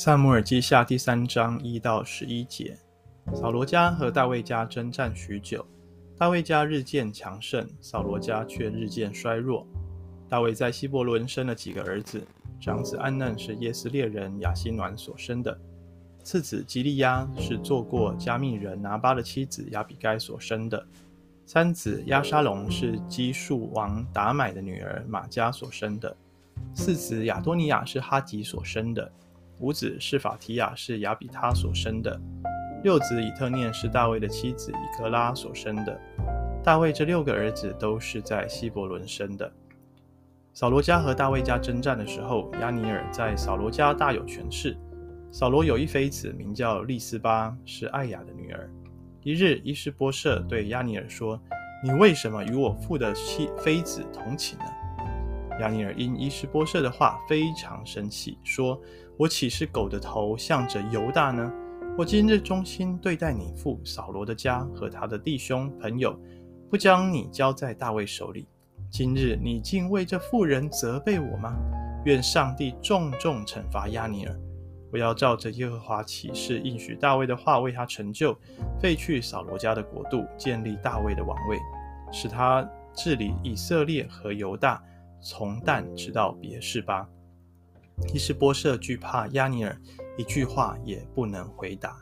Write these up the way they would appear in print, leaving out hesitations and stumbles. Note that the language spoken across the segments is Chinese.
撒母耳记下第3章1到11节，扫罗家和大卫家征战许久，大卫家日渐强盛，扫罗家却日渐衰弱。大卫在希伯伦生了几个儿子，长子暗嫩是耶斯列人亚希暖所生的，次子基利押是做过加密人拿巴的妻子亚比该所生的，三子押沙龙是基述王达买的女儿玛迦所生的，四子亚多尼亚是哈吉所生的，五子示法提亚是亚比他所生的，六子以特念是大卫的妻子以格拉所生的。大卫这6个儿子都是在希伯伦生的。扫罗家和大卫家征战的时候，押尼珥在扫罗家大有权势。扫罗有一妃子名叫利斯巴，是艾雅的女儿。一日，伊施波设对押尼珥说：“你为什么与我父的妃子同寝呢？”押尼珥因伊施波设的话非常生气，说：“我岂是狗的头向着犹大呢？我今日忠心对待你父扫罗的家和他的弟兄朋友，不将你交在大卫手里。今日你竟为这妇人责备我吗？愿上帝重重惩罚押尼珥。我要照着耶和华起誓应许大卫的话为他成就，废去扫罗家的国度，建立大卫的王位，使他治理以色列和犹大，从但直到别是巴。”伊施波设惧怕押尼珥，一句话也不能回答。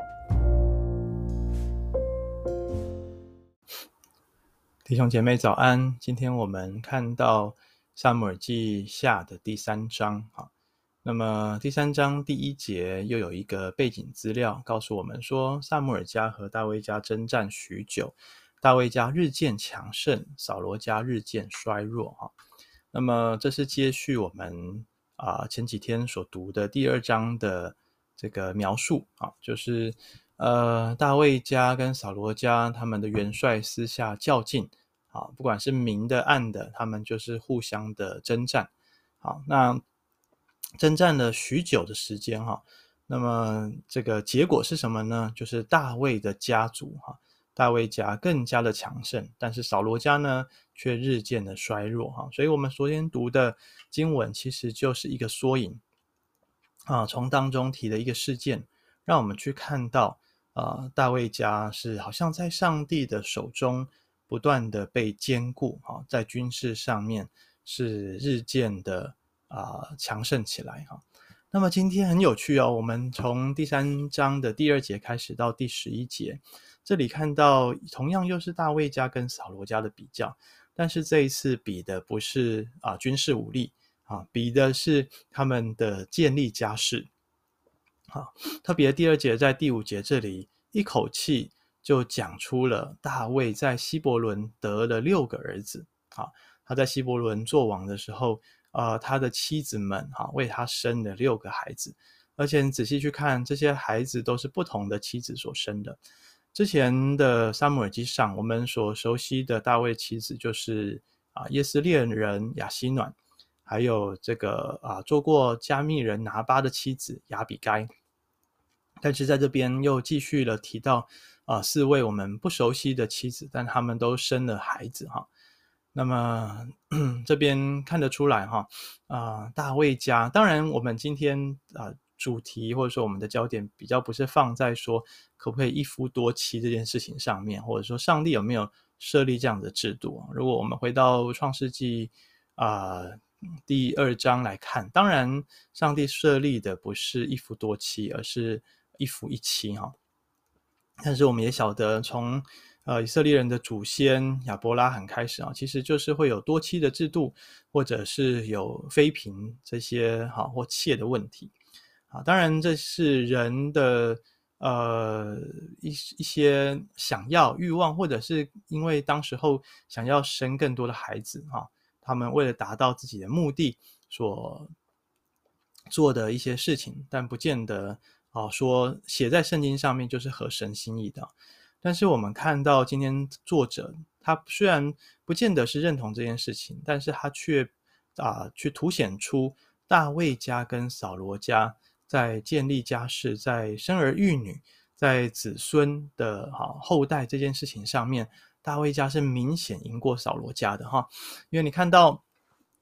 弟兄姐妹早安，今天我们看到撒母耳记下的第3章。那么第3章第1节又有一个背景资料告诉我们说，撒母耳家和大卫家征战许久，大卫家日渐强盛，扫罗家日渐衰弱。那么这是接续我们前几天所读的第2章的这个描述，就是大卫家跟扫罗家他们的元帅私下较劲，不管是明的暗的，他们就是互相的征战。那征战了许久的时间，那么这个结果是什么呢？就是大卫的家族，大卫家更加的强盛，但是扫罗家呢却日渐的衰弱。所以我们昨天读的经文其实就是一个缩影，从当中提的一个事件，让我们去看到大卫家是好像在上帝的手中不断的被坚固，在军事上面是日渐的强盛起来。那么今天很有趣我们从第3章的第2节开始到第11节，这里看到同样又是大卫家跟扫罗家的比较，但是这一次比的不是军事武力，比的是他们的建立家室。特别第2节在第5节这里一口气就讲出了大卫在希伯伦得了6个儿子。他在希伯伦做王的时候，他的妻子们为他生了6个孩子，而且你仔细去看，这些孩子都是不同的妻子所生的。之前的撒母耳记上，我们所熟悉的大卫妻子就是耶斯列人亚希暖，还有这个做过加密人拿巴的妻子亚比该。但是在这边又继续了提到4位我们不熟悉的妻子，但他们都生了孩子。那么这边看得出来大卫家，当然我们今天主题或者说我们的焦点比较不是放在说可不可以一夫多妻这件事情上面，或者说上帝有没有设立这样的制度。如果我们回到创世纪第2章来看，当然上帝设立的不是一夫多妻，而是一夫一妻。但是我们也晓得从以色列人的祖先亚伯拉罕开始其实就是会有多妻的制度，或者是有妃嫔这些或妾的问题。当然这是人的一些想要欲望，或者是因为当时候想要生更多的孩子他们为了达到自己的目的所做的一些事情，但不见得说写在圣经上面就是合神心意的。但是我们看到今天作者他虽然不见得是认同这件事情，但是他却去凸显出大卫家跟扫罗家在建立家室，在生儿育女，在子孙的后代这件事情上面，大卫家是明显赢过扫罗家的因为你看到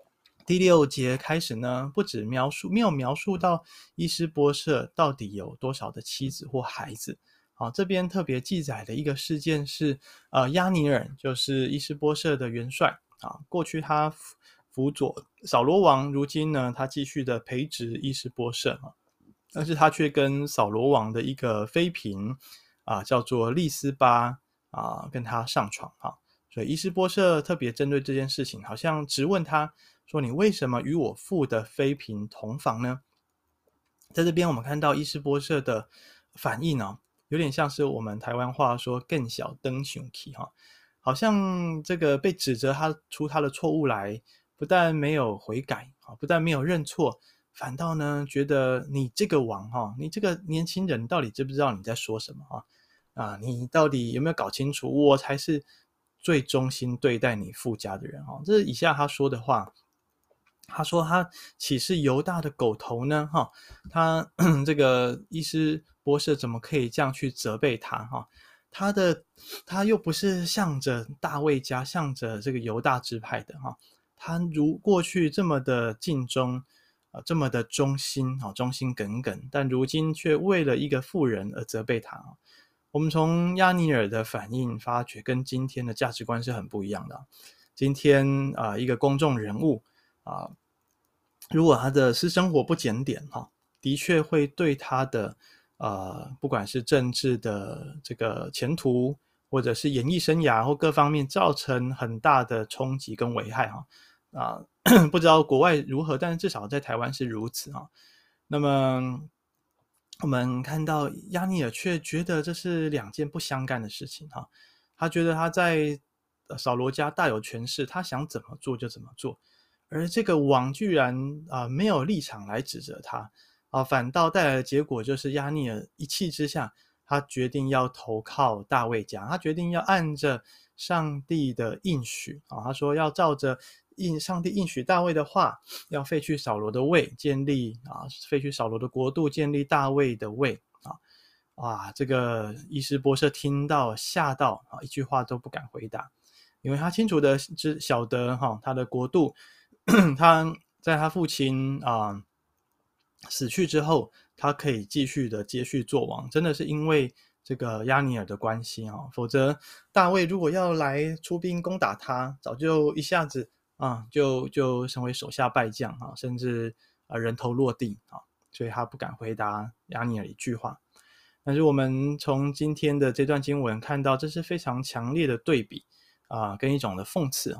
第6节开始呢，不止没有描述到伊施波设到底有多少的妻子或孩子。好，这边特别记载的一个事件是，押尼珥就是伊施波设的元帅啊，过去他辅佐扫罗王，如今呢，他继续的培植伊施波设啊，但是他却跟扫罗王的一个妃嫔叫做利斯巴跟他上床啊。所以伊施波设特别针对这件事情，好像质问他说：“你为什么与我父的妃嫔同房呢？”在这边我们看到伊施波设的反应有点像是我们台湾话说更小灯熊气好像这个被指责他的错误来，不但没有悔改不但没有认错，反倒呢觉得你这个王你这个年轻人到底知不知道你在说什么你到底有没有搞清楚我才是最忠心对待你父家的人这是以下他说的话。他说他岂是犹大的狗头呢他这个伊施波设怎么可以这样去责备他他又不是向着大卫家，向着这个犹大支派的他如过去这么的尽忠这么的忠心忠心耿耿，但如今却为了一个妇人而责备他我们从押尼珥的反应发觉跟今天的价值观是很不一样的今天一个公众人物如果他的私生活不检点的确会对他的不管是政治的这个前途，或者是演艺生涯或各方面造成很大的冲击跟危害不知道国外如何，但是至少在台湾是如此那么我们看到押尼珥却觉得这是2件不相干的事情他觉得他在扫罗家大有权势，他想怎么做就怎么做，而这个王居然没有立场来指责他反倒带来的结果就是押尼珥一气之下，他决定要投靠大卫家，他决定要按着上帝的应许他说要照着上帝应许大卫的话，要废去扫罗的位，建立废去扫罗的国度，建立大卫的位这个伊施波设听到吓到一句话都不敢回答，因为他清楚的晓得他的国度他在他父亲死去之后，他可以继续的接续做王，真的是因为这个押尼珥的关系否则大卫如果要来出兵攻打他，早就一下子就成为手下败将甚至人头落地所以他不敢回答押尼珥一句话。但是我们从今天的这段经文看到，这是非常强烈的对比跟一种的讽刺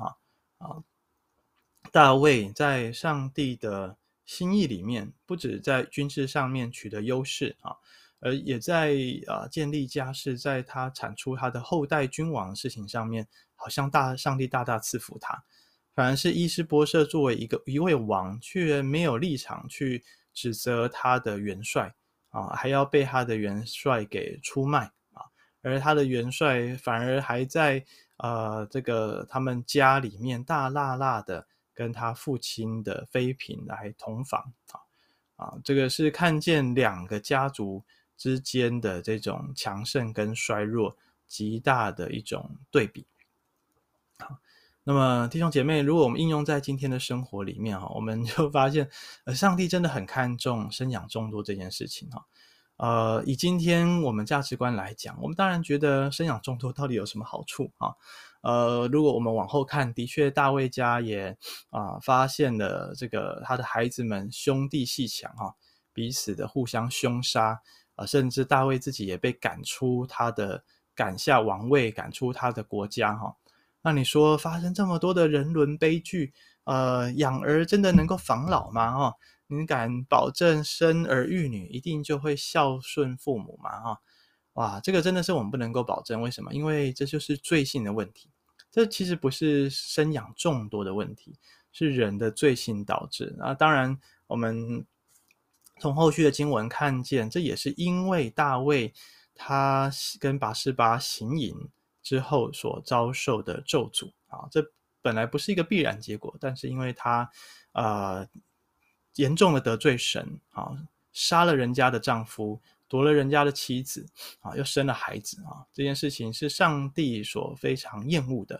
大卫在上帝的心意里面，不止在军事上面取得优势而也在建立家室，在他产出他的后代君王的事情上面，好像上帝大大赐福他。反而是伊施波设作为一位王，却没有立场去指责他的元帅还要被他的元帅给出卖而他的元帅反而还在这个他们家里面大辣辣的跟他父亲的妃嫔来同房这个是看见2个家族之间的这种强盛跟衰弱极大的一种对比。那么弟兄姐妹，如果我们应用在今天的生活里面我们就发现上帝真的很看重生养众多这件事情以今天我们价值观来讲，我们当然觉得生养众多到底有什么好处如果我们往后看，的确大卫家也发现了这个他的孩子们兄弟阋墙彼此的互相凶杀甚至大卫自己也被赶下王位，赶出他的国家那你说发生这么多的人伦悲剧养儿真的能够防老吗你敢保证生儿育女一定就会孝顺父母吗哇，这个真的是我们不能够保证。为什么？因为这就是罪性的问题，这其实不是生养众多的问题，是人的罪性导致当然我们从后续的经文看见，这也是因为大卫他跟拔示巴行淫之后所遭受的咒诅这本来不是一个必然结果，但是因为他严重的得罪神杀了人家的丈夫，夺了人家的妻子又生了孩子这件事情是上帝所非常厌恶的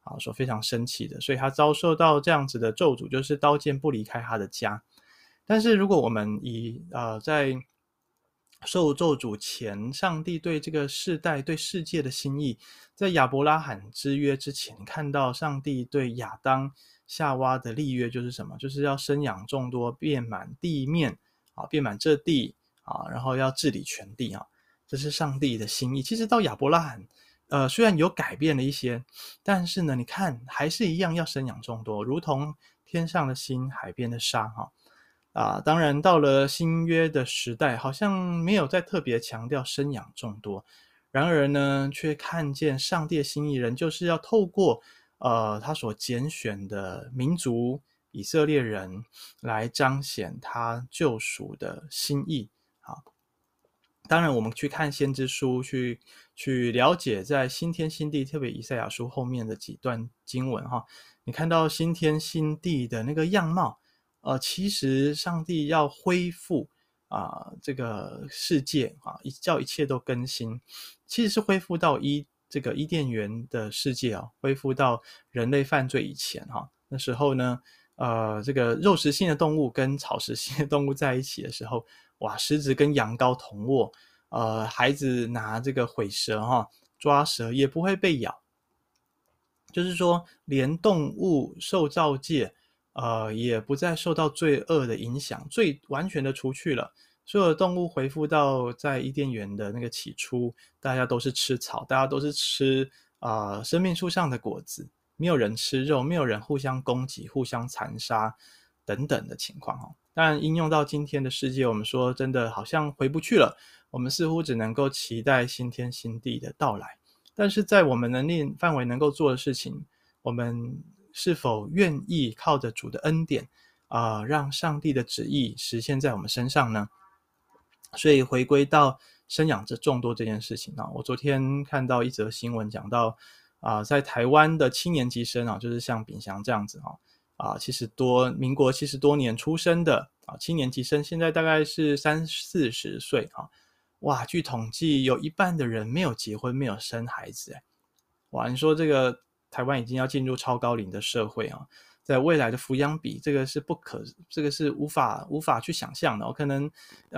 所非常生气的，所以他遭受到这样子的咒诅，就是刀剑不离开他的家。但是如果我们在受咒诅前，上帝对这个世代、对世界的心意，在亚伯拉罕之约之前，看到上帝对亚当、夏娃的立约就是什么？就是要生养众多，遍满地面遍满这地然后要治理全地这是上帝的心意。其实到亚伯拉罕，虽然有改变了一些，但是呢，你看还是一样要生养众多，如同天上的星、海边的沙当然到了新约的时代，好像没有再特别强调生养众多，然而呢，却看见上帝的心意人就是要透过他所拣选的民族以色列人来彰显他救赎的心意当然我们去看先知书，去了解在新天新地，特别以赛亚书后面的几段经文你看到新天新地的那个样貌其实上帝要恢复这个世界叫一切都更新，其实是恢复到这个伊甸园的世界恢复到人类犯罪以前那时候呢这个肉食性的动物跟草食性的动物在一起的时候，哇，狮子跟羊羔同卧，孩子拿这个虺蛇抓蛇也不会被咬，就是说连动物受造界也不再受到罪恶的影响，罪完全的除去了，所有的动物恢复到在伊甸园的那个起初，大家都是吃草，大家都是吃生命树上的果子，没有人吃肉，没有人互相攻击、互相残杀等等的情况当然应用到今天的世界，我们说真的好像回不去了，我们似乎只能够期待新天新地的到来，但是在我们能力范围能够做的事情，我们是否愿意靠着主的恩典让上帝的旨意实现在我们身上呢？所以回归到生养着众多这件事情我昨天看到一则新闻讲到在台湾的7年级生就是像秉祥这样子民国70多年出生的7年级生，现在大概是30-40岁哇，据统计有一半的人没有结婚，没有生孩子哇，你说这个台湾已经要进入超高龄的社会在未来的抚养比，这个是无法去想象的可能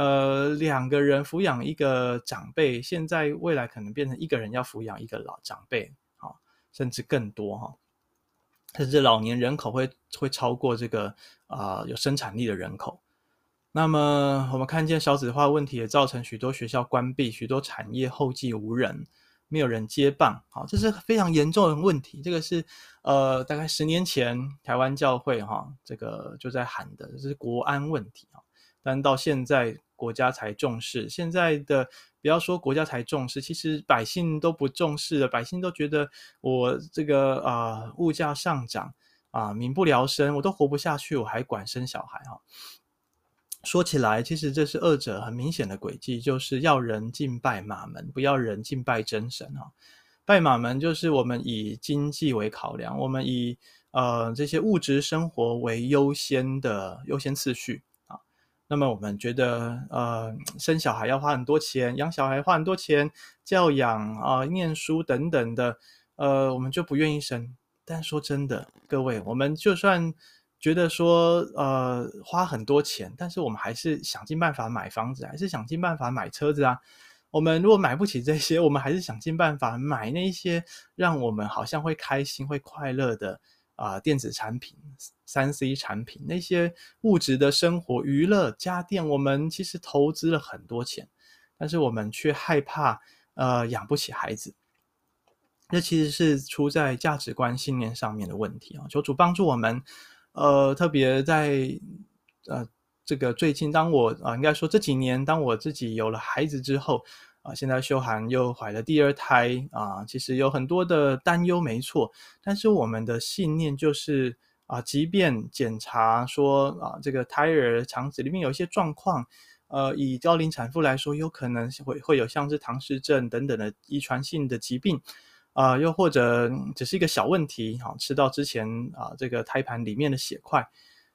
2个人抚养一个长辈，现在未来可能变成1个人要抚养一个老长辈甚至更多甚至老年人口会超过这个有生产力的人口。那么我们看见少子化问题也造成许多学校关闭，许多产业后继无人，没有人接棒这是非常严重的问题。这个是大概10年前台湾教会这个就在喊的，这是国安问题但到现在国家才重视，现在的不要说国家才重视，其实百姓都不重视了，百姓都觉得我这个物价上涨民不聊生，我都活不下去，我还管生小孩说起来，其实这是二者很明显的轨迹，就是要人敬拜马门，不要人敬拜真神拜马门就是我们以经济为考量，我们以这些物质生活为优先次序那么我们觉得生小孩要花很多钱，养小孩花很多钱，教养念书等等的我们就不愿意生。但说真的，各位，我们就算觉得说花很多钱，但是我们还是想尽办法买房子，还是想尽办法买车子我们如果买不起这些，我们还是想尽办法买那些让我们好像会开心会快乐的电子产品 3C 产品，那些物质的生活娱乐家电，我们其实投资了很多钱，但是我们却害怕养不起孩子。这其实是出在价值观信念上面的问题求主帮助我们特别在这个最近当我应该说这几年当我自己有了孩子之后现在秀涵又怀了第2胎其实有很多的担忧没错，但是我们的信念就是即便检查说这个胎儿肠子里面有一些状况以高龄产妇来说有可能会有像是唐氏症等等的遗传性的疾病又或者只是一个小问题吃到之前这个胎盘里面的血块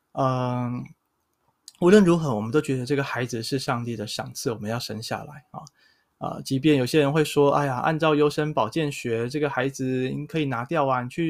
无论如何我们都觉得这个孩子是上帝的赏赐，我们要生下来即便有些人会说哎呀按照优生保健学这个孩子可以拿掉你去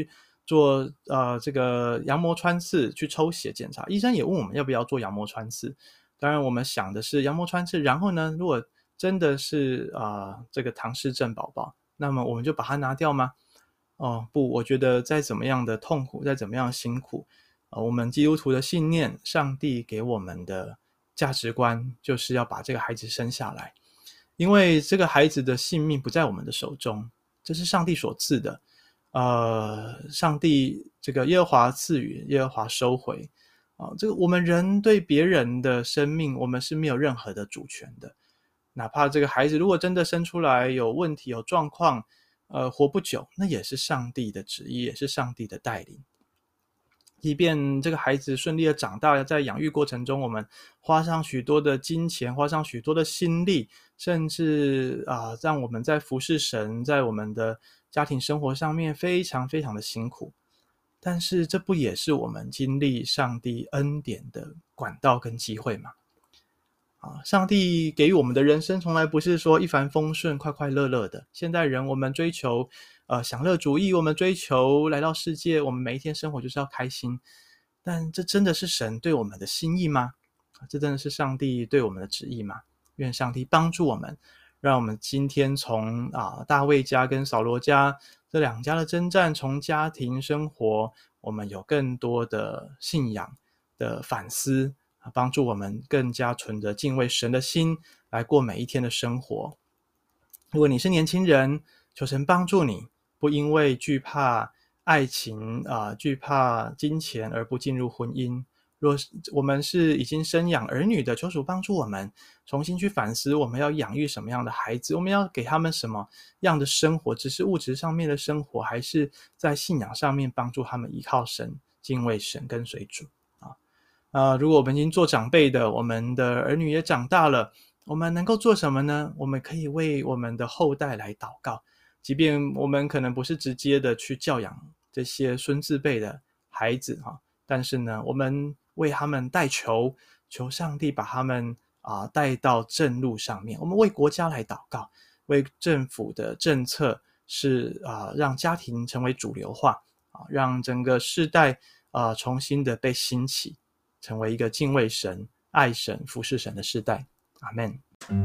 做这个羊膜穿刺去抽血检查，医生也问我们要不要做羊膜穿刺。当然我们想的是羊膜穿刺，然后呢，如果真的是这个唐氏症宝宝，那么我们就把它拿掉吗？不，我觉得再怎么样的痛苦，再怎么样的辛苦，我们基督徒的信念，上帝给我们的价值观，就是要把这个孩子生下来，因为这个孩子的性命不在我们的手中，这是上帝所赐的。上帝这个耶和华赐予，耶和华收回。这个我们人对别人的生命，我们是没有任何的主权的。哪怕这个孩子如果真的生出来有问题、有状况，活不久，那也是上帝的旨意，也是上帝的带领。即便这个孩子顺利的长大，在养育过程中，我们花上许多的金钱，花上许多的心力，甚至让我们在服侍神，在我们的家庭生活上面非常非常的辛苦。但是这不也是我们经历上帝恩典的管道跟机会吗？上帝给予我们的人生从来不是说一帆风顺、快快乐乐的。现代人我们追求享乐主义，我们追求来到世界，我们每一天生活就是要开心。但这真的是神对我们的心意吗？这真的是上帝对我们的旨意吗？愿上帝帮助我们，让我们今天从大卫家跟扫罗家这两家的征战，从家庭生活，我们有更多的信仰的反思，帮助我们更加存着敬畏神的心来过每一天的生活。如果你是年轻人，求神帮助你，不因为惧怕爱情惧怕金钱而不进入婚姻。若我们是已经生养儿女的，求主帮助我们重新去反思，我们要养育什么样的孩子，我们要给他们什么样的生活，只是物质上面的生活，还是在信仰上面帮助他们依靠神、敬畏神、跟随主。如果我们已经做长辈的，我们的儿女也长大了，我们能够做什么呢？我们可以为我们的后代来祷告，即便我们可能不是直接的去教养这些孙子辈的孩子但是呢，我们为他们代求，求上帝把他们带到正路上面。我们为国家来祷告，为政府的政策是让家庭成为主流化让整个世代重新的被兴起，成为一个敬畏神、爱神、服侍神的世代。阿们。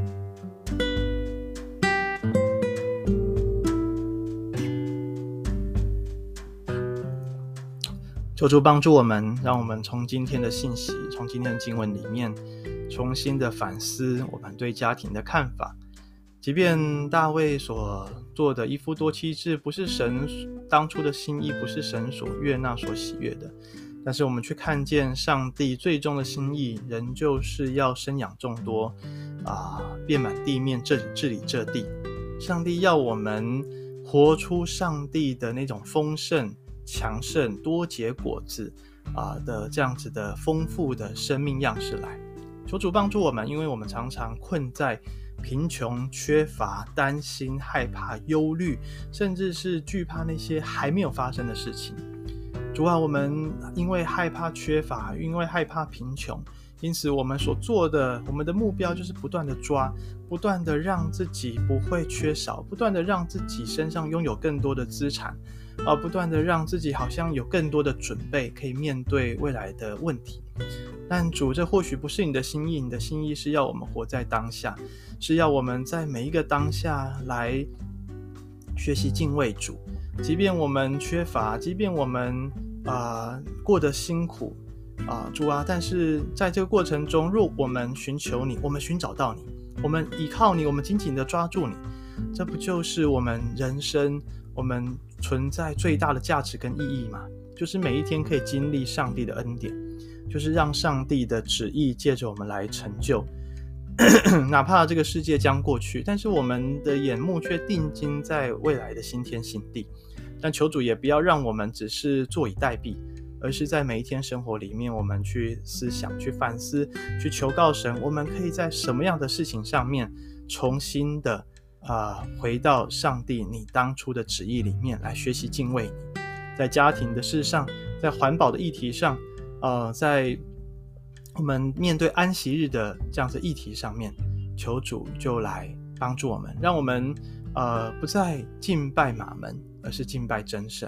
求主帮助我们，让我们从今天的信息，从今天的经文里面重新的反思我们对家庭的看法。即便大卫所做的一夫多妻制不是神当初的心意，不是神所悦纳所喜悦的，但是我们却看见上帝最终的心意仍旧是要生养众多遍满地面，治理这地。上帝要我们活出上帝的那种丰盛、强盛、多结果子的这样子的丰富的生命样式来。求主帮助我们，因为我们常常困在贫穷、缺乏、担心、害怕、忧虑，甚至是惧怕那些还没有发生的事情。主我们因为害怕缺乏，因为害怕贫穷，因此我们所做的，我们的目标就是不断的抓，不断的让自己不会缺少，不断的让自己身上拥有更多的资产不断的让自己好像有更多的准备，可以面对未来的问题。但主，这或许不是你的心意，你的心意是要我们活在当下，是要我们在每一个当下来学习敬畏主。即便我们缺乏，即便我们过得辛苦主但是在这个过程中，若我们寻求你，我们寻找到你，我们依靠你，我们紧紧的抓住你，这不就是我们人生我们存在最大的价值跟意义吗？就是每一天可以经历上帝的恩典，就是让上帝的旨意借着我们来成就哪怕这个世界将过去，但是我们的眼目却定睛在未来的新天新地。但求主也不要让我们只是坐以待毙，而是在每一天生活里面，我们去思想、去反思、去求告神，我们可以在什么样的事情上面重新的回到上帝你当初的旨意里面来学习敬畏你。在家庭的事上，在环保的议题上在我们面对安息日的这样子议题上面，求主就来帮助我们，让我们不再敬拜马门，而是敬拜真神，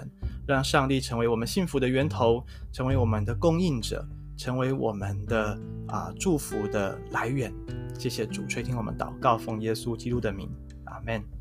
让上帝成为我们幸福的源头，成为我们的供应者，成为我们的祝福的来源。谢谢主垂听我们祷告，奉耶稣基督的名，阿们。